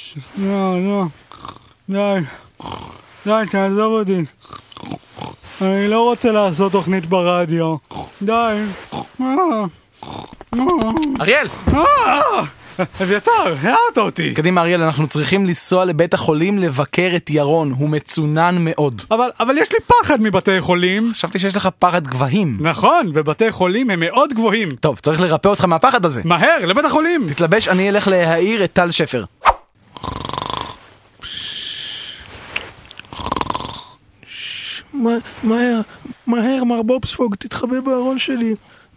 לא. די, תעזוב אותי. אני לא רוצה לעשות תוכנית ברדיו. די. אריאל! אביתר, הערת אותי. קדימה אריאל, אנחנו צריכים לנסוע לבית החולים לבקר את ירון, הוא מצונן מאוד. אבל יש לי פחד מבתי חולים. חשבתי שיש לך פחד גבוהים. נכון, ובתי חולים הם מאוד גבוהים. טוב, צריך לרפא אותך מהפחד הזה. מהר, לבית החולים. תתלבש, אני אלך להעיר את טל שפר. מהר, מר בובספוג, תתחבא בארון שלי.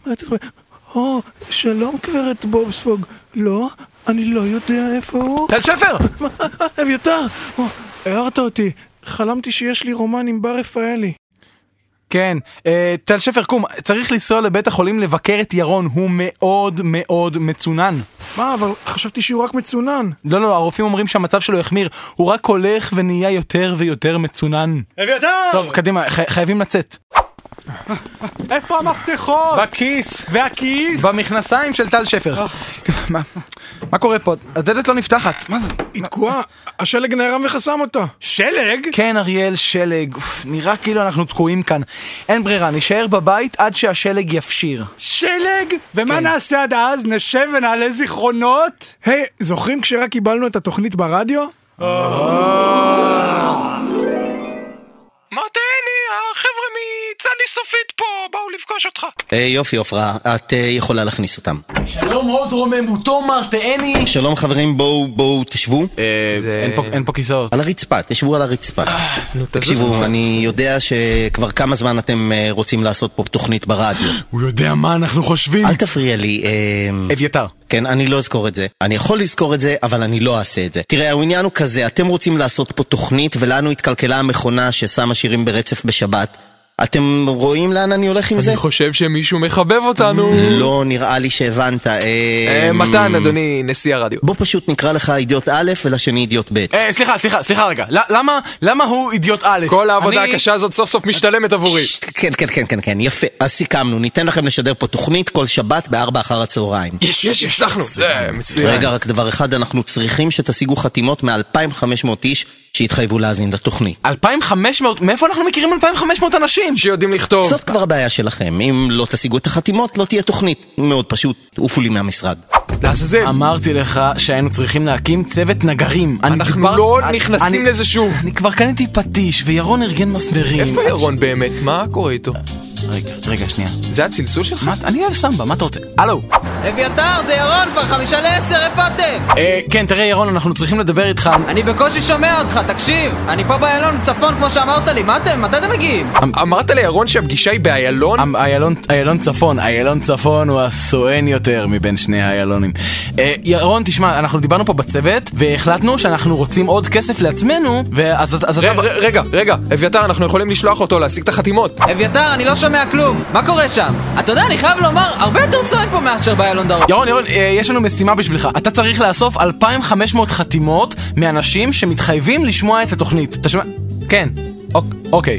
שלום גברת בובספוג. לא, אני לא יודע איפה הוא. טל שפר! אביתר! הערת אותי. חלמתי שיש לי רומן עם בר רפאלי. כן, טל שפר, קום, צריך לנסוע לבית החולים לבקר את ירון, הוא מאוד מאוד מצונן. מה, אבל חשבתי שהוא רק מצונן. לא, הרופאים אומרים שהמצב שלו יחמיר, הוא רק הולך ונהיה יותר ויותר מצונן. אביתר! טוב, קדימה, חייבים לצאת. איפה המפתחות? בכיס. והכיס? במכנסיים של טל שפר. מה קורה פה? הדלת לא נפתחת. מה זה? היא תקועה. השלג נערם וחסם אותה. שלג? כן, אריאל, שלג. נראה כאילו אנחנו תקועים כאן. אין ברירה, נשאר בבית עד שהשלג יפשיר. שלג? ומה נעשה עד אז? נשב ונעלה זיכרונות? היי, זוכרים כשרק קיבלנו את התוכנית ברדיו? מרטני, החבר'ה מצלי סופית פה באו לפגוש אותך. יופי, עופרה, את יכולה להכניס אותם. שלום, מאוד רוממותו מרטני. שלום חברים, בואו תשבו. אין פה כיסאות. על הרצפה, תשבו על הרצפה. תקשיבו, אני יודע שכבר כמה זמן אתם רוצים לעשות פה תוכנית ברדיו. הוא יודע מה אנחנו חושבים. אל תפריע לי. אביתר. כן, אני לא אזכור את זה. אני יכול לזכור את זה, אבל אני לא אעשה את זה. תראה, העניין הוא כזה, אתם רוצים לעשות פה תוכנית, ולנו התקלקלה המכונה ששמה שירים ברצף בשבת. אתם רואים לאן אני הולך עם זה? אני חושב שמישהו מחבב אותנו. לא נראה לי שהבנת. מתן, אדוני, נשיא הרדיו. בוא פשוט נקרא לך אידיוט א' ולשני אידיוט ב'. סליחה רגע. למה הוא אידיוט א'? כל העבודה הקשה הזאת סוף סוף משתלמת עבורי. כן, יפה. אז סיכמנו, ניתן לכם לשדר פה תוכנית כל שבת ב-4 אחר הצהריים. יש, הצלחנו. זה מצוין. רגע, רק דבר אחד, אנחנו צריכים שתשיגו חתימות מ-2,500 איש שהתחייבו להאזין לתוכנית. 2,500? מאיפה אנחנו מכירים 2,500 אנשים? שיודעים לכתוב. זאת כבר הבעיה שלכם. אם לא תשיגו את החתימות, לא תהיה תוכנית. מאוד פשוט, עופו לי מהמשרד. לעזאזל. אמרתי לך שהיינו צריכים להקים צוות נגרים. אנחנו לא נכנסים לזה שוב. אני כבר קניתי פטיש וירון ארגן מסמרים. איפה ירון באמת? מה קורה איתו? רגע, שנייה. זה הצלצול שלך? אני אוהב סמבה, מה אתה רוצה? הלו. אביתר, זה ירון, כבר 9:50, איפה אתם? כן, תראה ירון, אנחנו צריכים לדבר איתך. אני בקושי שומע אותך, תקשיב. אני פה באיילון צפון כמו שאמרת לי, מתי אתם מגיעים? אמרת לירון שהפגישה היא באיילון? איילון צפון. איילון צפון הוא הסואן יותר מבין שני האיילונים. ירון, תשמע, אנחנו דיברנו פה בצוות והחלטנו שאנחנו רוצים עוד כסף לעצמנו, ואז רגע, אביתר, אנחנו יכולים לשלוח אותו להשיג את החתימות. אביתר, אני לא שומע כלום. מה קורה שם? אתה יודע, אני חייב לומר, הרבה יותר סואן פה מאשר באיילון דרום. ירון, יש לנו משימה בשבילך. אתה צריך לאסוף 2,500 חתימות מאנשים שמתחייבים לשמוע את התוכנית. אתה שומע? כן. אוקיי.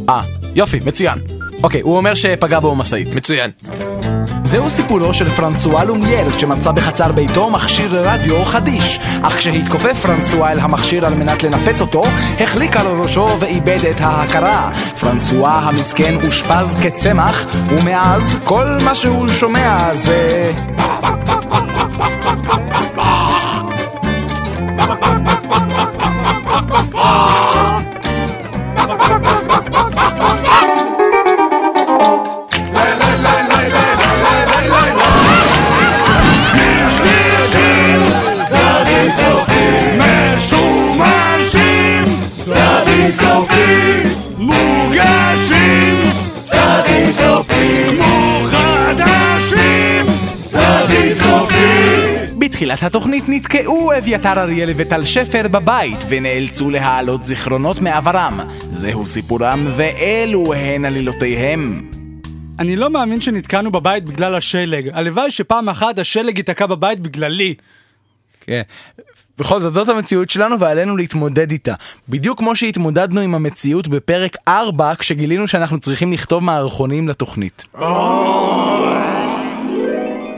יופי, מצוין. אוקיי, הוא אומר שפגע בו משאית. מצוין. זהו סיפורו של פרנסואה לומיאל שמצא בחצר ביתו מכשיר רדיו חדיש, אך כשהתכופף פרנסואה אל המכשיר על מנת לנפץ אותו, החליק על ראשו ואיבד את ההכרה. פרנסואה המסכן אושפז כצמח, ומאז כל מה שהוא שומע זה... בתחילת התוכנית נתקעו אביתר אריאל וטל שפר בבית ונאלצו להעלות זיכרונות מעברם. זהו סיפורם ואלו הן עלילותיהם. אני לא מאמין שנתקענו בבית בגלל השלג. הלוואי שפעם אחת השלג ייתקע בבית בגללי. כן. בכל זאת, זאת המציאות שלנו ועלינו להתמודד איתה. בדיוק כמו שהתמודדנו עם המציאות בפרק 4 כשגילינו שאנחנו צריכים לכתוב מערכונים לתוכנית.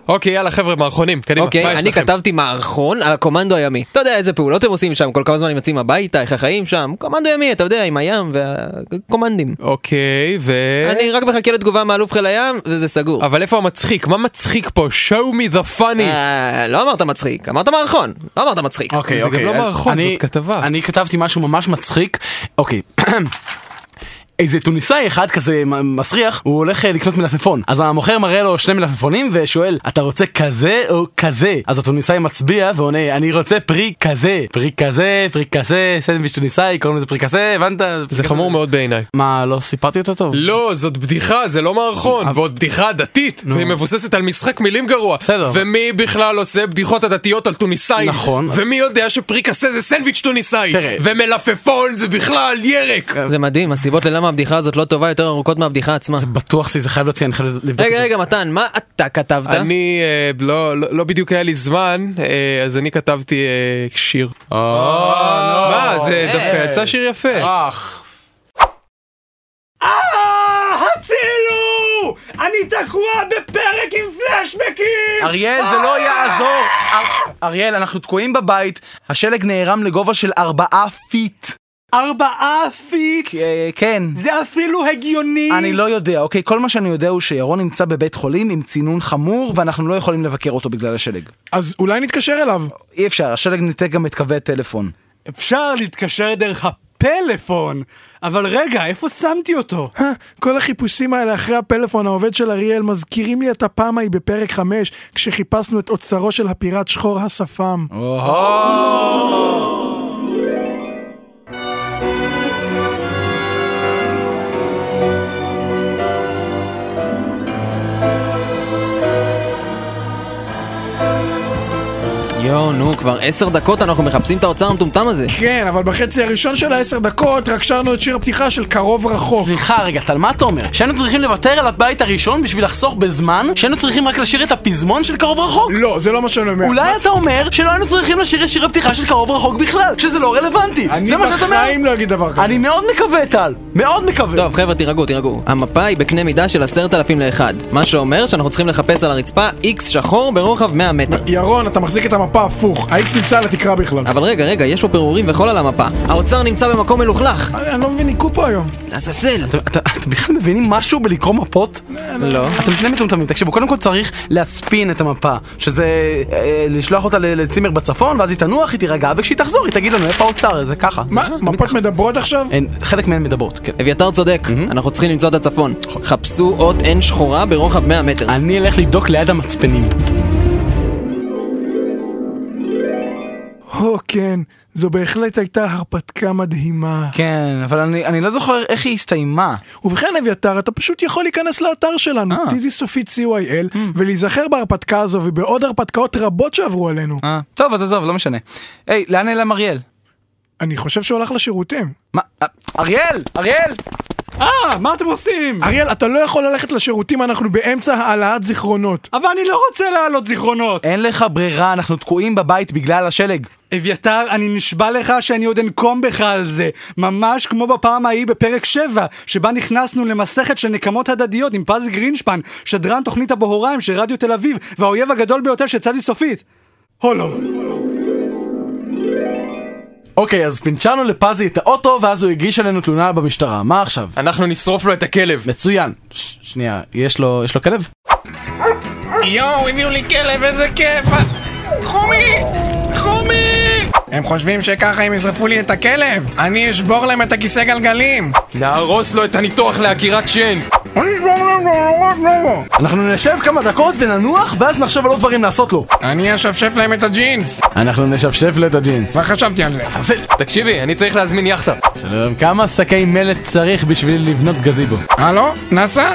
אוקיי, יאללה חבר'ה, מערכונים, קדימה. אוקיי, אני כתבתי מערכון על הקומנדו הימי. אתה יודע איזה פעולות הם עושים שם, כל כמה זמן הם יוצאים הביתה, איך החיים שם. קומנדו ימי, אתה יודע, עם הים והקומנדים. אוקיי, אני רק מחכה לתגובה מאלוף חיל הים, וזה סגור. אבל איפה המצחיק? מה מצחיק פה? Show me the funny. לא אמרת מצחיק, אמרת מערכון. לא אמרת מצחיק. אוקיי, זה גם לא מערכון, זאת כתבה. אני כתבתי משהו ממש מצחיק. אוקיי. איזה טוניסאי אחד כזה מסריח, הוא הולך לקנות מלפפון. אז המוכר מראה לו 2 מלפפונים ושואל, אתה רוצה כזה או כזה? אז הטוניסאי מצביע ועונה, אני רוצה פרי כזה. פרי כזה, פרי כזה, סנדוויץ' טוניסאי, קוראים לזה פרי כזה, הבנת? זה חמור מאוד בעיניי. מה, לא סיפרתי אותו טוב? לא, זאת בדיחה, זה לא מערכון. ועוד בדיחה דתית, והיא מבוססת על משחק מילים גרוע. בסדר. ומי בכלל עושה בדיחות הדתיות על טוניסאים? נכון. ומי יודע שפרי כזה זה סנדוויץ' טוניסאי? תראה. ומלפפון זה בכלל ירק. זה מדהים, הסיבות ללמה הבדיחה הזאת לא טובה יותר ארוכות מהבדיחה עצמה. זה בטוח זה חייב להוציא, אני חייב לבדוק. רגע, מתן, מה אתה כתבת? אני, לא בדיוק היה לי זמן, אז אני כתבתי שיר. מה, זה דווקא יצא שיר יפה. הצילו! אני תקוע בפרק עם פלשבקים! אריאל, זה לא יעזור! אריאל, אנחנו תקועים בבית, השלג נערם לגובה של 4 פיט. 4 פיט? כן. זה אפילו הגיוני. אני לא יודע, אוקיי? כל מה שאני יודע הוא שירון נמצא בבית חולים עם צינון חמור, ואנחנו לא יכולים לבקר אותו בגלל השלג. אז אולי נתקשר אליו. אי אפשר, השלג ניתק גם את קווי הטלפון. אפשר להתקשר דרך הפלאפון, אבל רגע, איפה שמתי אותו? כל החיפושים האלה אחרי הפלאפון העובד של אריאל מזכירים לי את הפעם ההיא בפרק 5, כשחיפשנו את אוצרו של הפיראט שחור השפם. נו, כבר 10 דקות אנחנו מחפשים את האוצר המטומטם הזה. כן, אבל בחצי הראשון של 10 דקות רק שרנו את שיר הפתיחה של קרוב רחוק. סליחה רגע, טל, מה אתה אומר? שהיינו צריכים לוותר על הבית הראשון בשביל לחסוך בזמן? שהיינו צריכים רק לשיר את הפזמון של קרוב רחוק? לא, זה לא מה שאני אומר. אולי אתה אומר שלא היינו צריכים לשיר את שיר הפתיחה של קרוב רחוק בכלל, שזה לא רלוונטי. אני בחיים לא אגיד דבר כזה. אני מאוד מקווה, טל, מאוד מקווה. טוב, חבר'ה, תירגעו. המפה היא בקנה מידה של 10,000 ל-1, מה שאומר שאנחנו צריכים לחפש על הרצפה X שחור ברוחב 100 מטר. ירון, אתה מחזיק את המפה הפוך. ה-X נמצא על התקרה בכלל. אבל רגע, יש פה פירורים וחול על המפה. האוצר נמצא במקום מלוכלך. אני לא מבין, ניקו פה היום. לעזאזל. אתם בכלל מבינים משהו בלקרוא מפות? לא. אתם שני מטומטמים, תקשיבו, קודם כל צריך להצפין את המפה, שזה לשלוח אותה לצימר בצפון, ואז היא תנוח, היא תירגע, וכשהיא תחזור היא תגיד לנו איפה האוצר, זה ככה. מה? מפות מדברות עכשיו? חלק מהן מדברות, כן. אביתר צודק, אנחנו צריכים למצוא את הצפון. חפשו אות N שחורה ברוחב 100 מטר. אני אלך לבדוק ליד המצפנים. כן, זו בהחלט הייתה הרפתקה מדהימה. כן, אבל אני לא זוכר איך היא הסתיימה. ובכן אביתר, אתה פשוט יכול להיכנס לאתר שלנו, טיזי סופית CYL, ולהיזכר בהרפתקה הזו ובעוד הרפתקאות רבות שעברו עלינו. טוב, אז עזוב, לא משנה. היי, לאן נעלם אריאל? אני חושב שהוא הלך לשירותים. מה? אריאל! מה אתם עושים? אריאל, אתה לא יכול ללכת לשירותים, אנחנו באמצע העלאת זיכרונות. אבל אני לא רוצה להעלות זיכרונות. אין לך ברירה, אנחנו תקועים בבית בגלל השלג. אביתר, אני נשבע לך שאני עוד אנקום בך על זה. ממש כמו בפעם ההיא בפרק 7, שבה נכנסנו למסכת של נקמות הדדיות עם פז גרינשפן, שדרן תוכנית הבהוריים של רדיו תל אביב, והאויב הגדול ביותר של צדי סופית. הולו. אוקיי, אז פינצ'רנו לפזי את האוטו, ואז הוא הגיש עלינו תלונה במשטרה. מה עכשיו? אנחנו נשרוף לו את הכלב. מצוין. שנייה, יש לו כלב? יואו, הביאו לי כלב, איזה כיף. חומי! הם חושבים שככה הם ישרפו לי את הכלב? אני אשבור להם את הכיסא גלגלים. נהרוס לו את הניתוח להקירת שן. אנחנו נשב כמה דקות וננוח, ואז נחשוב על עוד דברים לעשות לו. אני אשפשף להם את הג'ינס. אנחנו נשפשף לו את הג'ינס. מה חשבתי על זה? תקשיבי, אני צריך להזמין יחטה. שלום, כמה שקי מלט צריך בשביל לבנות גזיבו? הלו? נסע?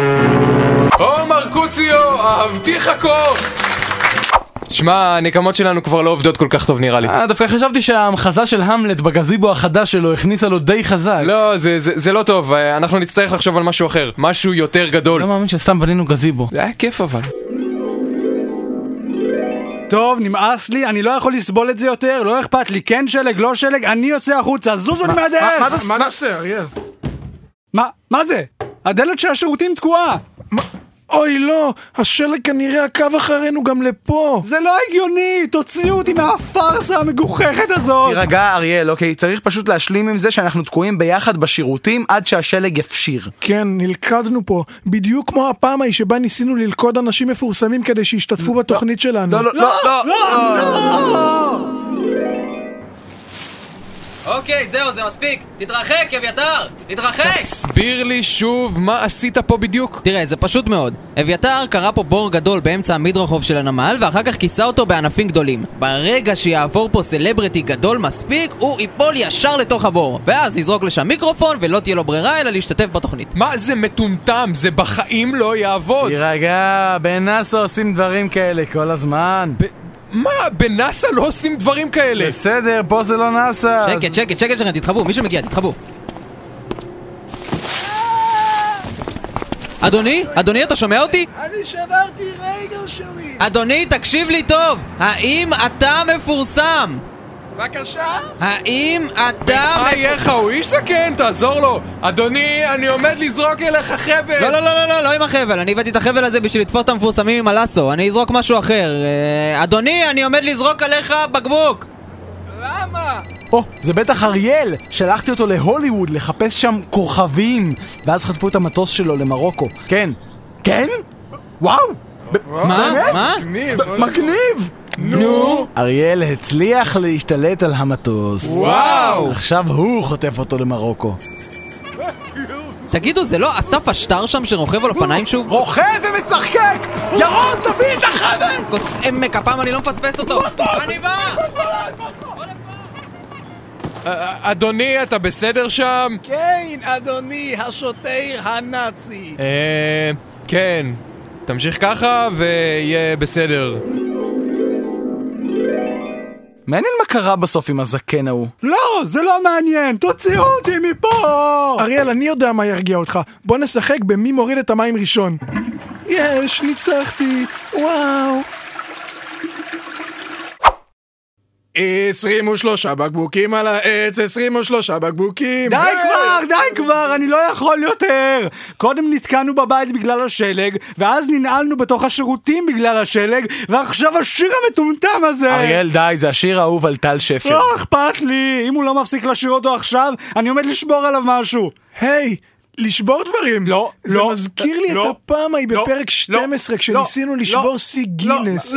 מרקוציו, אהבתיך כה. שמע, הנקמות שלנו כבר לא עובדות כל כך טוב נראה לי. דווקא חשבתי שההמחזה של המלט בגזיבו החדש שלו הכניסה לו די חזק. לא, זה לא טוב, אנחנו נצטרך לחשוב על משהו אחר, משהו יותר גדול. לא מאמין שסתם בנינו גזיבו. זה היה כיף אבל. טוב, נמאס לי, אני לא יכול לסבול את זה יותר, לא אכפת לי, כן שלג, לא שלג, אני יוצא החוצה, זוזו לי מהדרך! מה נעשה, אריאל? מה זה? הדלת של השירותים תקועה! אוי לא, השלג כנראה עקב אחרינו גם לפה. זה לא הגיוני, תוציאו אותי מהפרסה המגוחכת הזאת. תירגע אריאל, אוקיי, צריך פשוט להשלים עם זה שאנחנו תקועים ביחד בשירותים עד שהשלג יפשיר. כן, נלכדנו פה, בדיוק כמו הפעם ההיא שבה ניסינו ללכוד אנשים מפורסמים כדי שישתתפו בתוכנית שלנו. לא! אוקיי, זהו, זה מספיק. תתרחק, אביתר! תתרחק! תסביר לי שוב מה עשית פה בדיוק. תראה, זה פשוט מאוד. אביתר קרא פה בור גדול באמצע המדרחוב של הנמל, ואחר כך כיסה אותו בענפים גדולים. ברגע שיעבור פה סלבריטי גדול מספיק, הוא ייפול ישר לתוך הבור. ואז נזרוק לשם מיקרופון, ולא תהיה לו ברירה אלא להשתתף בתוכנית. מה זה מטומטם? זה בחיים לא יעבוד. תירגע, בנאסא עושים דברים כאלה כל הזמן. מה? בנאסא לא עושים דברים כאלה. בסדר, פה זה לא נאסא. שקט שלכם, תתחבאו, מישהו מגיע, תתחבאו. אדוני, אתה שומע אותי? אני שברתי רגל שלי. אדוני, תקשיב לי טוב. האם אתה מפורסם? בבקשה? האם אתה... חייך, הוא איש זקן, תעזור לו. אדוני, אני עומד לזרוק אליך חבל. לא עם החבל. אני הבאתי את החבל הזה בשביל לתפוס את המפורסמים עם הלאסו. אני אזרוק משהו אחר. אדוני, אני עומד לזרוק עליך בקבוק. למה? זה בטח אריאל. שלחתי אותו להוליווד לחפש שם כוכבים, ואז חטפו את המטוס שלו למרוקו. כן? וואו! מה? מגניב! נו! אריאל הצליח להשתלט על המטוס. וואו! עכשיו הוא חוטף אותו למרוקו. תגידו, זה לא אסף השטר שם שרוכב על אופניים שוב? רוכב ומצחקק! ירון, תביא את החבל! כוס עמק, הפעם אני לא מפספס אותו. אני בא! אדוני, אתה בסדר שם? כן, אדוני, השוטר הנאצי. כן. תמשיך ככה ויהיה בסדר. מעניין מה קרה בסוף עם הזקן ההוא. לא, זה לא מעניין, תוציאו אותי מפה! אריאל, אני יודע מה ירגיע אותך. בוא נשחק במי מוריד את המים ראשון. יש, ניצחתי, וואו. 23 בקבוקים על העץ, 23 בקבוקים. די כבר, אני לא יכול יותר. קודם נתקענו בבית בגלל השלג, ואז ננעלנו בתוך השירותים בגלל השלג, ועכשיו השיר המטומטם הזה. אריאל, די, זה השיר האהוב על טל שפר. לא אכפת לי, אם הוא לא מפסיק לשיר אותו עכשיו, אני עומד לשבור עליו משהו. היי, לשבור דברים. לא. זה מזכיר לי את הפעם ההיא בפרק 12 כשניסינו לשבור שיא גינס.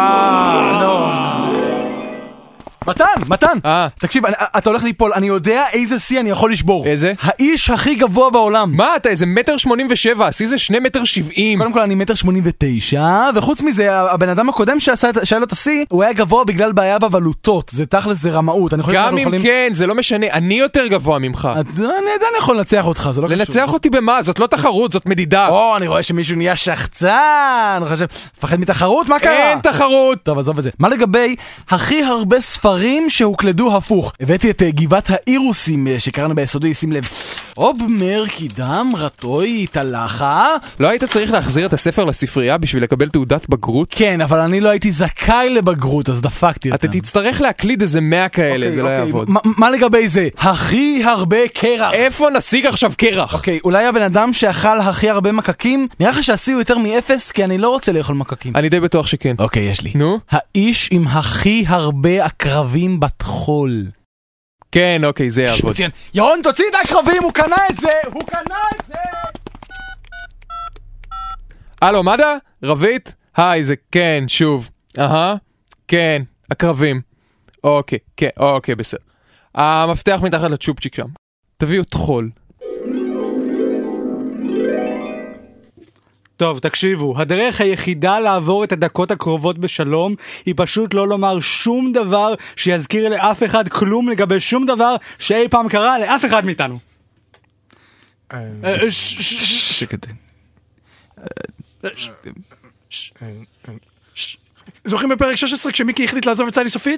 מתן, תקשיב, אתה הולך ליפול, אני יודע איזה שיא אני יכול לשבור. איזה? האיש הכי גבוה בעולם. מה, אתה איזה 1.87 מטר, השיא זה 2.70 מטר. קודם כל אני 1.89 מטר, וחוץ מזה, הבן אדם הקודם שהיה לו את השיא, הוא היה גבוה בגלל בעיה בבלוטות, זה תכל'ס, זה רמאות. גם אם כן, זה לא משנה, אני יותר גבוה ממך. אני עדיין יכול לנצח אותך, זה לא קשור. לנצח אותי במה? זאת לא תחרות, זאת מדידה. אני רואה שמישהו נהיה שחצן, פחד מתחרות, מה קרה? אין תחרות. טוב, עזוב את זה. מה לגבי הכי הרבה ספרים שהוקלדו הפוך? הבאתי את גבעת האירוסים שקראנו ביסודי, שים לב. אוב מרקי דם רטוי תלחה. לא היית צריך להחזיר את הספר לספרייה בשביל לקבל תעודת בגרות? כן, אבל אני לא הייתי זכאי לבגרות, אז דפקתי אותם. אתה תצטרך להקליד איזה 100 כאלה, זה לא יעבוד. מה לגבי זה? הכי הרבה קרח. איפה נשיג עכשיו קרח? אוקיי, אולי הבן אדם שאכל הכי הרבה מקקים, נראה לך שעשיו יותר מ-0 כי אני לא רוצה לאכול מקקים. אני די בטוח שכן. אוקיי, יש לי. נו? האיש עם הכי הרבה עקרבים בתחול. כן, אוקיי, זה יעבוד. ירון, תוציא את העקרבים, הוא קנה את זה! הלו, מד"א? רבית? היי, זה כן, שוב. כן, עקרבים. אוקיי, כן, אוקיי, בסדר. המפתח מתחת לצ'ופצ'יק שם. תביאו טחול. טוב, תקשיבו, הדרך היחידה לעבור את הדקות הקרובות בשלום היא פשוט לא לומר שום דבר שיזכיר לאף אחד כלום לגבי שום דבר שאי פעם קרה לאף אחד מאיתנו. שקט. זוכרים בפרק 16 כשמיקי החליט לעזוב את צדי סופית?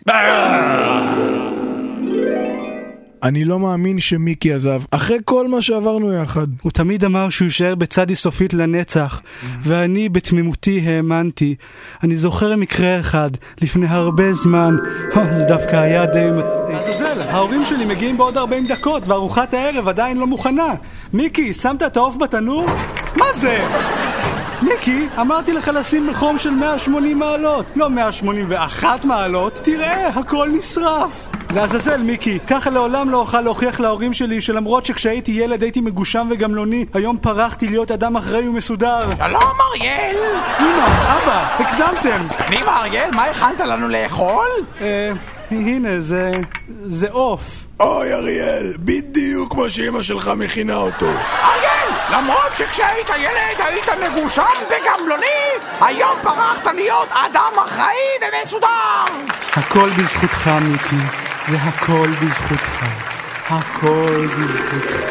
אני לא מאמין שמיקי עזב, אחרי כל מה שעברנו יחד. הוא תמיד אמר שהוא יישאר בצדי סופית לנצח, ואני בתמימותי האמנתי. אני זוכר מקרה אחד, לפני הרבה זמן, זה דווקא היה די מצחיק. ההורים שלי מגיעים בעוד 40 דקות, וארוחת הערב עדיין לא מוכנה. מיקי, שמת את העוף בתנור? מה זה? מיקי, אמרתי לך לשים חום של 180 מעלות, לא 181 מעלות. תראה, הכל נשרף. לעזאזל, מיקי, ככה לעולם לא אוכל להוכיח להורים שלי שלמרות שכשהייתי ילד הייתי מגושם וגמלוני, היום פרחתי להיות אדם אחראי ומסודר. שלום אריאל! אמא, אבא, הקדמתם. קדימה אריאל, מה הכנת לנו לאכול? הנה, זה עוף. אוי אריאל, בדיוק כמו שאמא שלך מכינה אותו. אריאל, למרות שכשהיית ילד היית מגושם וגמלוני, היום פרחת להיות אדם אחראי ומסודר. הכל בזכותך, מיקי. זה הכל בזכותך. הכל בזכותך.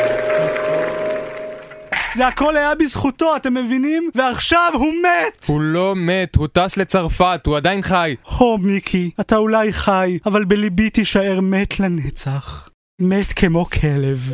זה הכל היה בזכותו, אתם מבינים? ועכשיו הוא מת! הוא לא מת, הוא טס לצרפת, הוא עדיין חי. מיקי, אתה אולי חי, אבל בליבי תישאר מת לנצח. מת כמו כלב.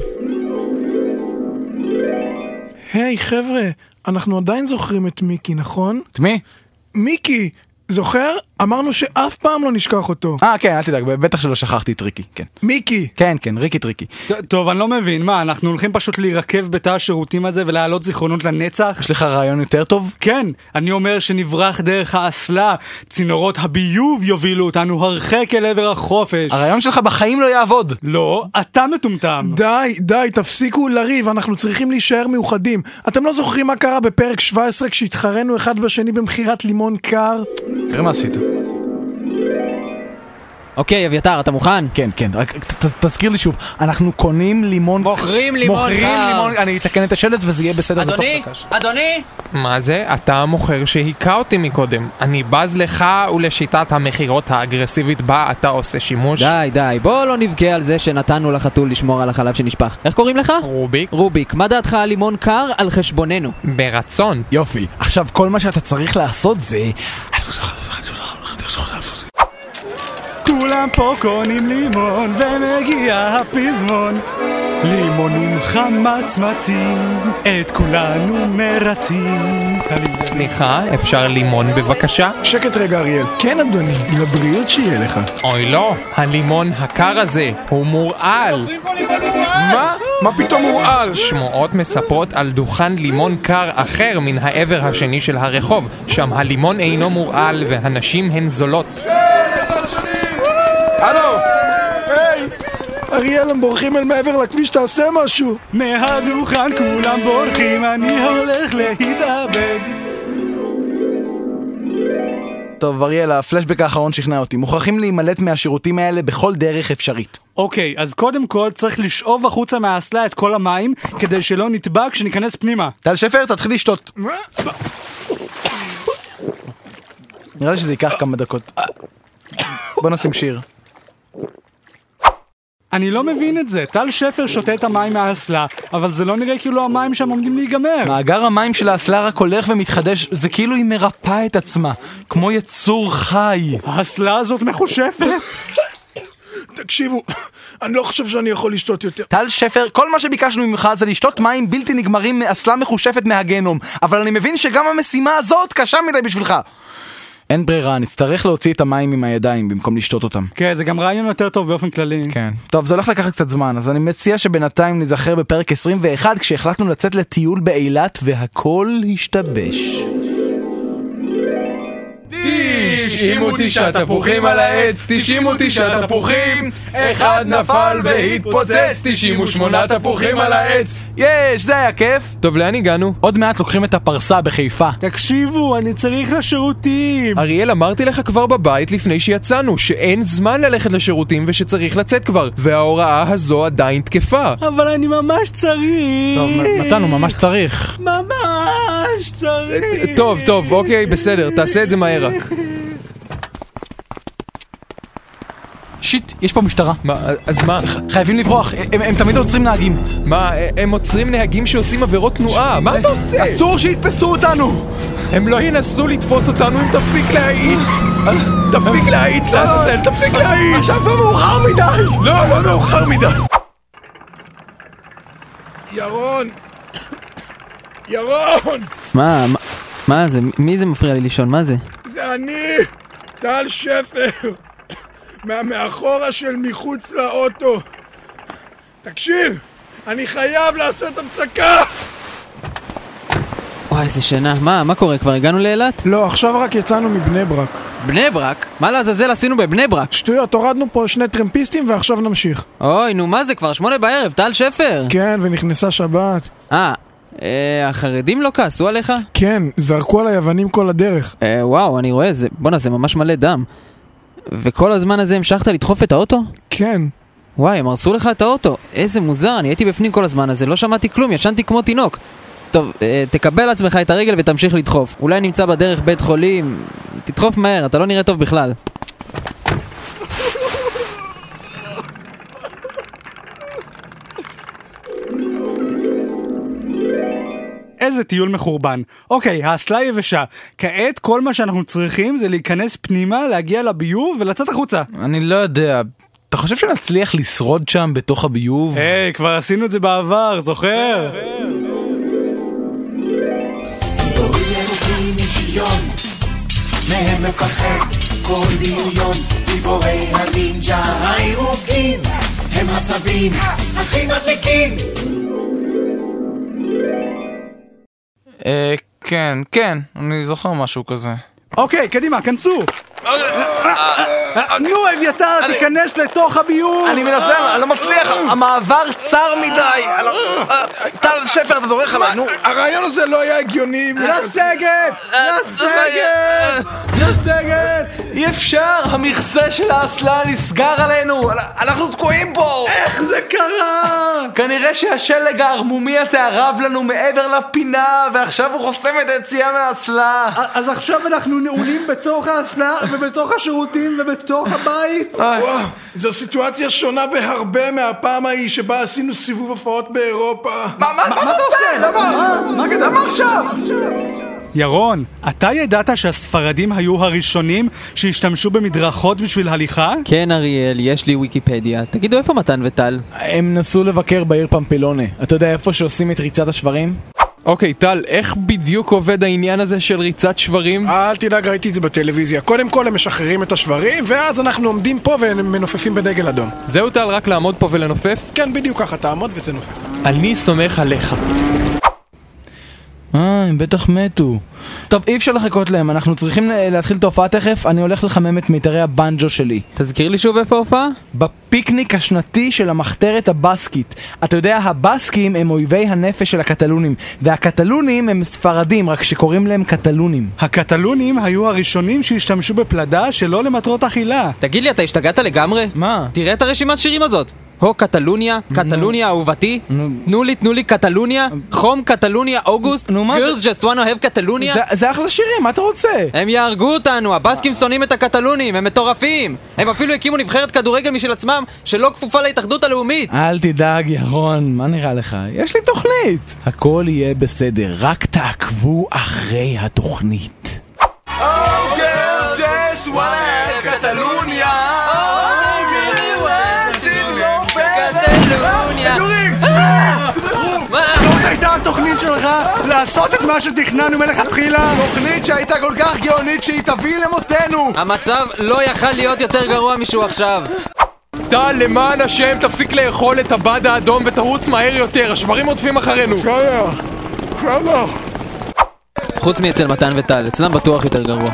היי חבר'ה, אנחנו עדיין זוכרים את מיקי, נכון? את מי? מיקי, זוכר? אמרנו שאף פעם לא נשכח אותו. כן, אל תדאג, בטח שלא שכחתי את ריקי, כן. מיקי! כן, ריקי טריקי. טוב, אני לא מבין, מה, אנחנו הולכים פשוט להירקב בתא השירותים הזה ולהעלות זיכרונות לנצח? יש לך רעיון יותר טוב? כן, אני אומר שנברח דרך האסלה, צינורות הביוב יובילו אותנו הרחק אל עבר החופש. הרעיון שלך בחיים לא יעבוד. לא, אתה מטומטם. די, תפסיקו לריב, אנחנו צריכים להישאר מאוחדים. אתם לא זוכרים מה קרה בפרק 17 כשהתחרנו אחד בשני במחירת לימון קר? תראה מה עשית. אוקיי, אביתר, אתה מוכן? כן, רק תזכיר לי שוב, אנחנו קונים לימון... מוכרים לימון קר. אני אתקן את השלט וזה יהיה בסדר. אדוני? מה זה? אתה המוכר שהיכה אותי מקודם. אני בז לך ולשיטת המחירות האגרסיבית בה אתה עושה שימוש. די, בוא לא נבכה על זה שנתנו לחתול לשמור על החלב שנשפך. איך קוראים לך? רוביק, מה דעתך על לימון קר על חשבוננו? ברצון. יופי, עכשיו כל מה שאתה צריך לעשות זה... כולם פה קונים לימון ומגיע הפזמון, לימונים חמצמצים, את כולנו מרצים. סליחה, אפשר לימון בבקשה? שקט רגע אריאל. כן אדוני, לבריאות שיהיה לך. אוי לא, הלימון הקר הזה הוא מורעל. מה פתאום מורעל? שמועות מספרות על דוכן לימון קר אחר מן העבר השני של הרחוב. שם הלימון אינו מורעל והנשים הן זולות. הלו! היי! אריאל, הם בורחים אל מעבר לכביש, תעשה משהו! מהדוכן כולם בורחים, אני הולך להתאבד. טוב, אריאל, הפלשבק האחרון שכנע אותי. מוכרחים להימלט מהשירותים האלה בכל דרך אפשרית. אוקיי, אז קודם כל צריך לשאוב החוצה מהאסלה את כל המים, כדי שלא נטבע כשניכנס פנימה. טל שפר, תתחיל לשתות. נראה לי שזה ייקח כמה דקות. בוא נשים שיר. אני לא מבין את זה, טל שפר שותה את המים מהאסלה, אבל זה לא נראה כאילו המים שם עומדים להיגמר. מאגר המים של האסלה רק הולך ומתחדש, זה כאילו היא מרפאה את עצמה, כמו יצור חי. האסלה הזאת מחושפת. תקשיבו, אני לא חושב שאני יכול לשתות יותר. טל שפר, כל מה שביקשנו ממך זה לשתות מים בלתי נגמרים מאסלה מחושפת מהגנום, אבל אני מבין שגם המשימה הזאת קשה מדי בשבילך. אין ברירה, נצטרך להוציא את המים עם הידיים במקום לשתות אותם. כן, זה גם רעיון יותר טוב באופן כללי. כן. טוב, זה הולך לקחת קצת זמן, אז אני מציע שבינתיים נזכר בפרק 21 כשהחלטנו לצאת לטיול באילת והכל השתבש. תשעים ותשעה תפוחים על העץ, 99 תפוחים, אחד נפל והתפוצץ, 98 תפוחים על העץ. יש, זה היה כיף. טוב, לאן הגענו? עוד מעט לוקחים את הפרסה בחיפה. תקשיבו, אני צריך לשירותים. אריאל, אמרתי לך כבר בבית לפני שיצאנו שאין זמן ללכת לשירותים ושצריך לצאת כבר, וההוראה הזו עדיין תקפה. אבל אני ממש צריך. טוב, מתנו, ממש צריך. ממש צריך. טוב, אוקיי, בסדר, תעשה את זה מהר רק. שיט, יש פה משטרה. מה, אז מה? חייבים לברוח, הם תמיד עוצרים נהגים. מה, הם עוצרים נהגים שעושים עבירות תנועה? מה אתה עושה? אסור שיתפסו אותנו! הם לא ינסו לתפוס אותנו אם תפסיק להאיץ! תפסיק להאיץ לעזאזל, תפסיק להאיץ! עכשיו לא מאוחר מדי! לא מאוחר מדי! ירון! מה זה? מי זה מפריע לי לישון? מה זה? זה אני! טל שפר! מהמאחורה של מחוץ לאוטו. תקשיב, אני חייב לעשות הפסקה. וואי, איזה שינה. מה קורה? כבר הגענו לאילת? לא, עכשיו רק יצאנו מבני ברק. בני ברק? מה לעזאזל עשינו בבני ברק? שטויות, הורדנו פה 2 טרמפיסטים ועכשיו נמשיך. אוי, נו מה זה? כבר 8 בערב, טל שפר. כן, ונכנסה שבת. החרדים לא כעסו עליך? כן, זרקו על היוונים כל הדרך. וואו, אני רואה, בונה, זה ממש מלא דם. וכל הזמן הזה המשכת לדחוף את האוטו? כן. וואי, הם הרסו לך את האוטו. איזה מוזר, אני הייתי בפנים כל הזמן הזה, לא שמעתי כלום, ישנתי כמו תינוק. טוב, תקבל לעצמך את הרגל ותמשיך לדחוף. אולי נמצא בדרך בית חולים. תדחוף מהר, אתה לא נראה טוב בכלל. איזה טיול מחורבן. אוקיי, האסלה יבשה. כעת כל מה שאנחנו צריכים זה להיכנס פנימה, להגיע לביוב ולצאת החוצה. אני לא יודע, אתה חושב שנצליח לשרוד שם בתוך הביוב? היי, כבר עשינו את זה בעבר, זוכר? מהם מפחד כל דמיון, גיבורי הנינג'ה הירוקים הם הצבים הכי מדליקים. כן, אני זוכר משהו כזה. אוקיי, קדימה, כנסו. נו, אביתר, תיכנס לתוך הביוב. אני מנסה, אני לא מצליח, המעבר צר מדי. טל שפר, אתה דורך עליי, נו. הרעיון הזה לא היה הגיוני. לסגת! אי אפשר, המכסה של האסלה נסגר עלינו. אנחנו תקועים פה. איך זה קרה? כנראה שהשלג הערמומי הזה ערב לנו מעבר לפינה, ועכשיו הוא חוסם את היציאה מהאסלה. אז עכשיו אנחנו נעולים בתוך האסלה ובתוך השירותים ובתוך הבית. וואו, זו סיטואציה שונה בהרבה מהפעם ההיא שבה עשינו סיבוב הופעות באירופה. מה אתה עושה? למה עכשיו? ירון, אתה ידעת שהספרדים היו הראשונים שהשתמשו במדרכות בשביל הליכה? כן, אריאל, יש לי ויקיפדיה. תגידו, איפה מתן וטל? הם נסו לבקר בעיר פמפלונה. אתה יודע איפה שעושים את ריצת השברים? אוקיי, טל, איך בדיוק עובד העניין הזה של ריצת שברים? אל תדאג, ראיתי את זה בטלוויזיה. קודם כל הם משחררים את השברים, ואז אנחנו עומדים פה ומנופפים בדגל אדום. זהו טל, רק לעמוד פה ולנופף? כן, בדיוק ככה, תעמוד ותנופף. אני סומך עליך. הם בטח מתו. טוב, אי אפשר לחכות להם, אנחנו צריכים להתחיל את ההופעה תכף. אני הולך לחמם את מיתרי הבנג'ו שלי. תזכיר לי שוב איפה ההופעה? בפיקניק השנתי של המחתרת הבסקית. אתה יודע, הבסקים הם אויבי הנפש של הקטלונים, והקטלונים הם ספרדים, רק שקוראים להם קטלונים. הקטלונים היו הראשונים שהשתמשו בפלדה שלא למטרות אכילה. תגיד לי, אתה השתגעת לגמרי? מה? תראה את הרשימת שירים הזאת. הו קטלוניה, קטלוניה אהובתי, תנו לי קטלוניה, חום קטלוניה אוגוסט, girls just wanna have קטלוניה. זה אחלה שירים, מה אתה רוצה? הם יהרגו אותנו, הבסקים שונאים את הקטלונים, הם מטורפים. הם אפילו הקימו נבחרת כדורגל משל עצמם שלא כפופה להתאחדות הלאומית. אל תדאג ירון, מה נראה לך? יש לי תוכנית. הכל יהיה בסדר, רק תעקבו אחרי התוכנית. girls just wanna have קטלוניה. זאת הייתה התוכנית שלך לעשות את מה שתכננו מלכתחילה. תוכנית שהייתה כל כך גאונית שהיא תביא למותנו. המצב לא יכל להיות יותר גרוע משהו עכשיו. טל, למען השם, תפסיק לאכול את הבד האדום ותרוץ מהר יותר, השברים עוטפים אחרינו. שלום. חוץ מאצל מתן וטל, אצלם בטוח יותר גרוע.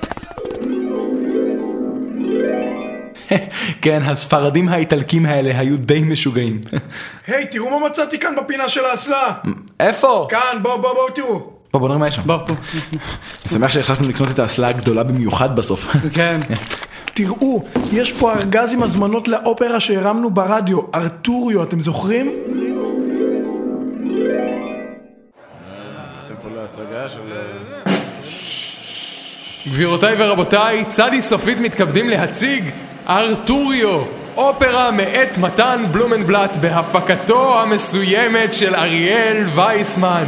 כן, הספרדים האיטלקים האלה היו די משוגעים. היי, תראו מה מצאתי כאן בפינה של האסלה. איפה? כאן, בואו תראו. בואו נראה מה יש שם. אני שמח שהחלטנו לקנות את האסלה הגדולה במיוחד בסוף. כן. תראו, יש פה ארגז עם הזמנות לאופרה שהרמנו ברדיו, ארטוריו, אתם זוכרים? גבירותיי ורבותיי, צדי סופית מתכבדים להציג ארטוריו, אופרה מאת מתן בלומנבלט בהפקתו המסוימת של אריאל וייסמן.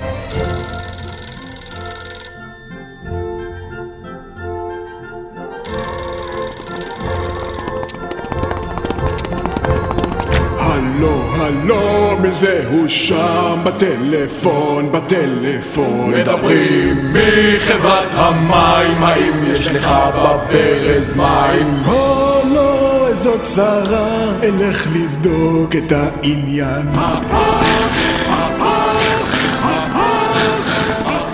הלו, מי זהו שם בטלפון? מדברים מחברת המים, האם יש לך בברז מים? לא, איזו צרה, אלך לבדוק את העניין.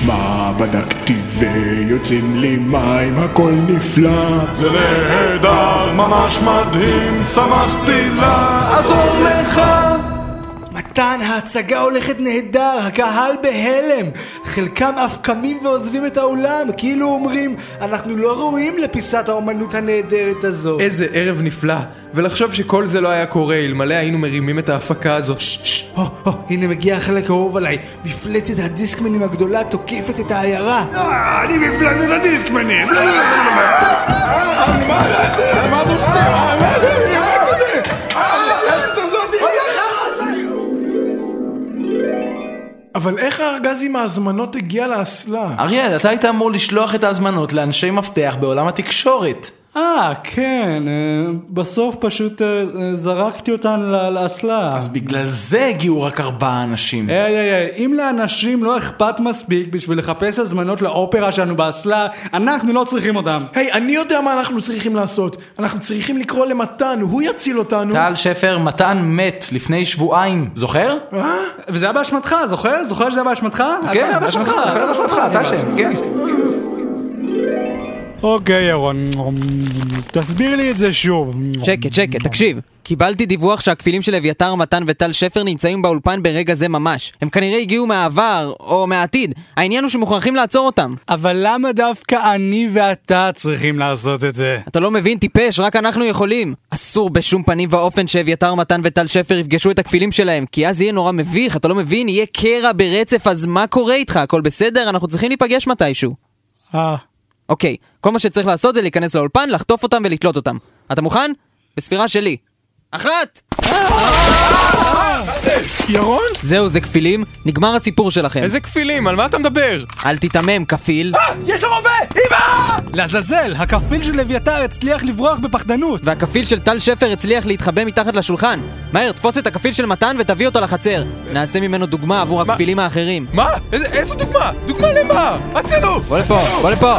מה בדקתי ויוצאים לי מים, הכל נפלא. זה נהדר, ממש מדהים, שמחתי לעזור לך. מתן, ההצגה הולכת נהדר, הקהל בהלם. חלקם אף קמים ועוזבים את האולם, כאילו אומרים, אנחנו לא ראויים לפיסת האומנות הנהדרת הזו. איזה ערב נפלא, ולחשוב שכל זה לא היה קורה אלמלא היינו מרימים את ההפקה הזו. הנה מגיע החלק האהוב עליי. מפלצת הדיסקמנים הגדולה תוקפת את העיירה. אני מפלצת הדיסקמנים. מה אתה עושה? אבל איך הארגז עם ההזמנות הגיע לאסלה? אריאל, אתה היית אמור לשלוח את ההזמנות לאנשי מפתח בעולם התקשורת. כן, בסוף פשוט זרקתי אותן לאסלה. אז בגלל זה הגיעו רק 4 אנשים. אם לאנשים לא אכפת מספיק בשביל לחפש הזמנות לאופרה שלנו באסלה, אנחנו לא צריכים אותם. אני יודע מה אנחנו צריכים לעשות. אנחנו צריכים לקרוא למתן, הוא יציל אותנו. טל שפר, מתן מת לפני שבועיים, זוכר? וזה היה באשמתך, זוכר? זוכר שזה היה באשמתך? כן, באשמתך, אתה שם, כן. אוקיי, ירון, תסביר לי את זה שוב. שקט, תקשיב. קיבלתי דיווח שהכפילים של אביתר, מתן וטל שפר נמצאים באולפן ברגע זה ממש. הם כנראה הגיעו מהעבר או מהעתיד. העניין הוא שמוכרחים לעצור אותם. אבל למה דווקא אני ואתה צריכים לעשות את זה? אתה לא מבין, טיפש, רק אנחנו יכולים. אסור בשום פנים ואופן שאביתר, מתן וטל שפר יפגשו את הכפילים שלהם, כי אז יהיה נורא מביך, אתה לא מבין, יהיה קרע ברצף, אז מה קורה איתך? הכל בסדר? אנחנו צריכים להיפגש מתישהו. אוקיי, כל מה שצריך לעשות זה להיכנס לאולפן, לחטוף אותם ולתלות אותם. אתה מוכן? בספירה שלי. 1! ירון? זהו, זה כפילים, נגמר הסיפור שלכם. איזה כפילים? על מה אתה מדבר? אל תתמם, כפיל. יש לו רובה! אמא! לעזאזל, הכפיל של אביתר הצליח לברוח בפחדנות. והכפיל של טל שפר הצליח להתחבא מתחת לשולחן. מהר, תפוס את הכפיל של מתן ותביא אותו לחצר. נעשה ממנו דוגמה עבור הכפילים האחרים. מה? איזו דוגמה? דוגמה למה? הצילו! בוא לפה.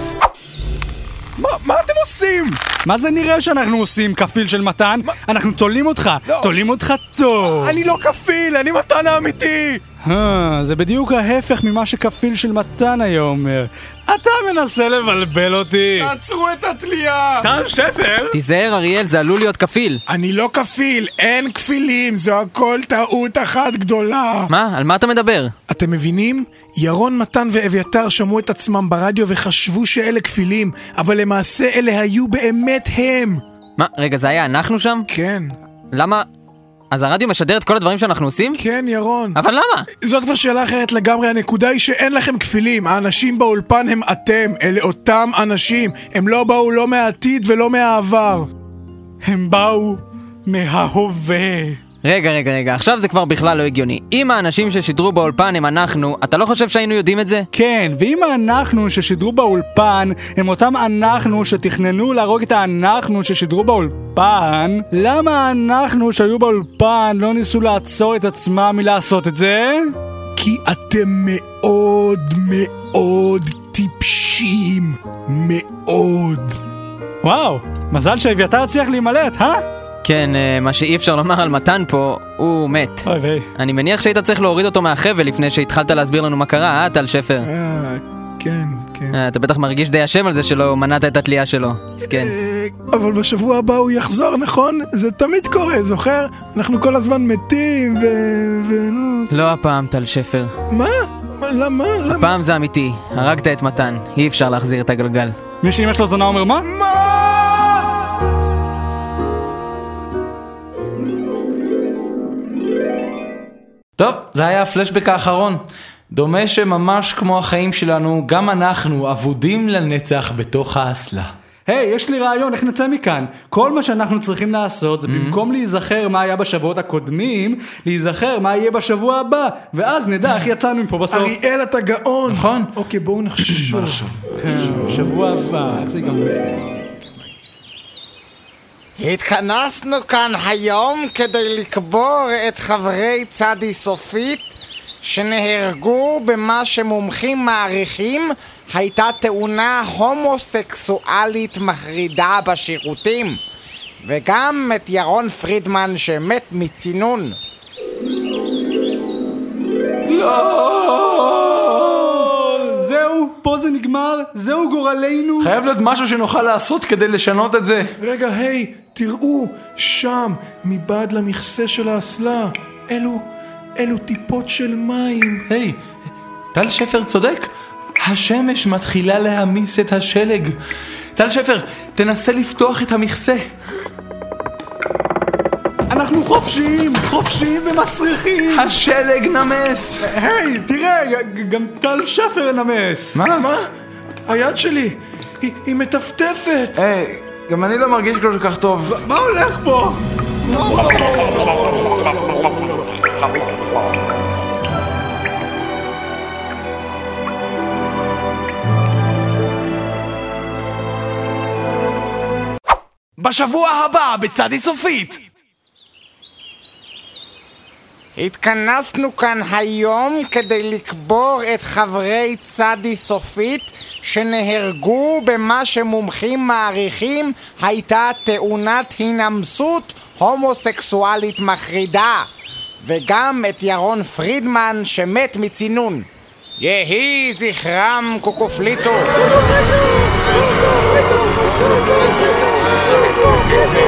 מה אתם עושים? מה זה נראה שאנחנו עושים, כפיל של מתן? אנחנו תולים אותך, תולים אותך טוב. אני לא כפיל, אני מתן האמיתי. זה בדיוק ההפך ממה שכפיל של מתן היה אומר. אתה מנסה לבלבל אותי. תעצרו את התלייה. טל שפר? תיזהר אריאל, זה עלול להיות כפיל. אני לא כפיל, אין כפילים, זו הכל טעות אחת גדולה. מה? על מה אתה מדבר? אתם מבינים? ירון, מתן ואביתר שמעו את עצמם ברדיו וחשבו שאלה כפילים, אבל למעשה אלה היו באמת הם. מה? רגע, זה היה אנחנו שם? כן. למה? אז הרדיו משדר את כל הדברים שאנחנו עושים? כן, ירון. אבל למה? זאת כבר שאלה אחרת לגמרי, הנקודה היא שאין לכם כפילים. האנשים באולפן הם אתם, אלה אותם אנשים. הם לא באו לא מהעתיד ולא מהעבר. הם באו מההווה. רגע, עכשיו זה כבר בכלל לא הגיוני. אם האנשים ששידרו באולפן הם אנחנו, אתה לא חושב שהיינו יודעים את זה? כן, ואם האנחנו ששידרו באולפן הם אותם אנחנו שתכננו להרוג את האנחנו ששידרו באולפן, למה האנחנו שהיו באולפן לא ניסו לעצור את עצמם מלעשות את זה? כי אתם מאוד מאוד טיפשים. מאוד. וואו, מזל שאביתר הצליח להימלט, כן, מה שאי אפשר לומר על מתן פה, הוא מת. אוי ויי. אני מניח שהיית צריך להוריד אותו מהחבל לפני שהתחלת להסביר לנו מה קרה, טל שפר? כן. אתה בטח מרגיש די אשם על זה שלא מנעת את התלייה שלו. כן. אבל בשבוע הבא הוא יחזור, נכון? זה תמיד קורה, זוכר? אנחנו כל הזמן מתים לא הפעם, טל שפר. מה? למה? הפעם זה אמיתי, הרגת את מתן, אי אפשר להחזיר את הגלגל. מי שאמא שלו זונה אומר מה? טוב, זה היה הפלשבק האחרון. דומה שממש כמו החיים שלנו, גם אנחנו אבודים לנצח בתוך האסלה. יש לי רעיון, איך נצא מכאן? כל מה שאנחנו צריכים לעשות זה במקום להיזכר מה היה בשבועות הקודמים, להיזכר מה יהיה בשבוע הבא, ואז נדע איך יצאנו מפה בסוף. אריאל, אתה גאון. נכון. אוקיי, בואו נחשוב. שבוע הבא, איך זה ייגמר? התכנסנו כאן היום כדי לקבור את חברי צדי סופית שנהרגו במה שמומחים מעריכים הייתה תאונה הומוסקסואלית מחרידה בשירותים, וגם את ירון פרידמן שמת מצינון. לא, פה זה נגמר? זהו גורלנו? חייב להיות משהו שנוכל לעשות כדי לשנות את זה. רגע, היי, תראו, שם, מבעד למכסה של האסלה, אלו טיפות של מים. היי, טל שפר צודק. השמש מתחילה להמיס את השלג. טל שפר, תנסה לפתוח את המכסה. אנחנו חופשיים ומסריחים. השלג נמס. היי, תראה, גם טל שפר נמס. מה? היד שלי, היא מטפטפת. היי, גם אני לא מרגיש כל כך טוב. מה הולך פה? בשבוע הבא בצדי סופית. התכנסנו כאן היום כדי לקבור את חברי צדי סופית שנהרגו במה שמומחים מעריכים הייתה תאונת הינמסות הומוסקסואלית מחרידה, וגם את ירון פרידמן שמת מצינון. יהי זכרם קוקופליצו.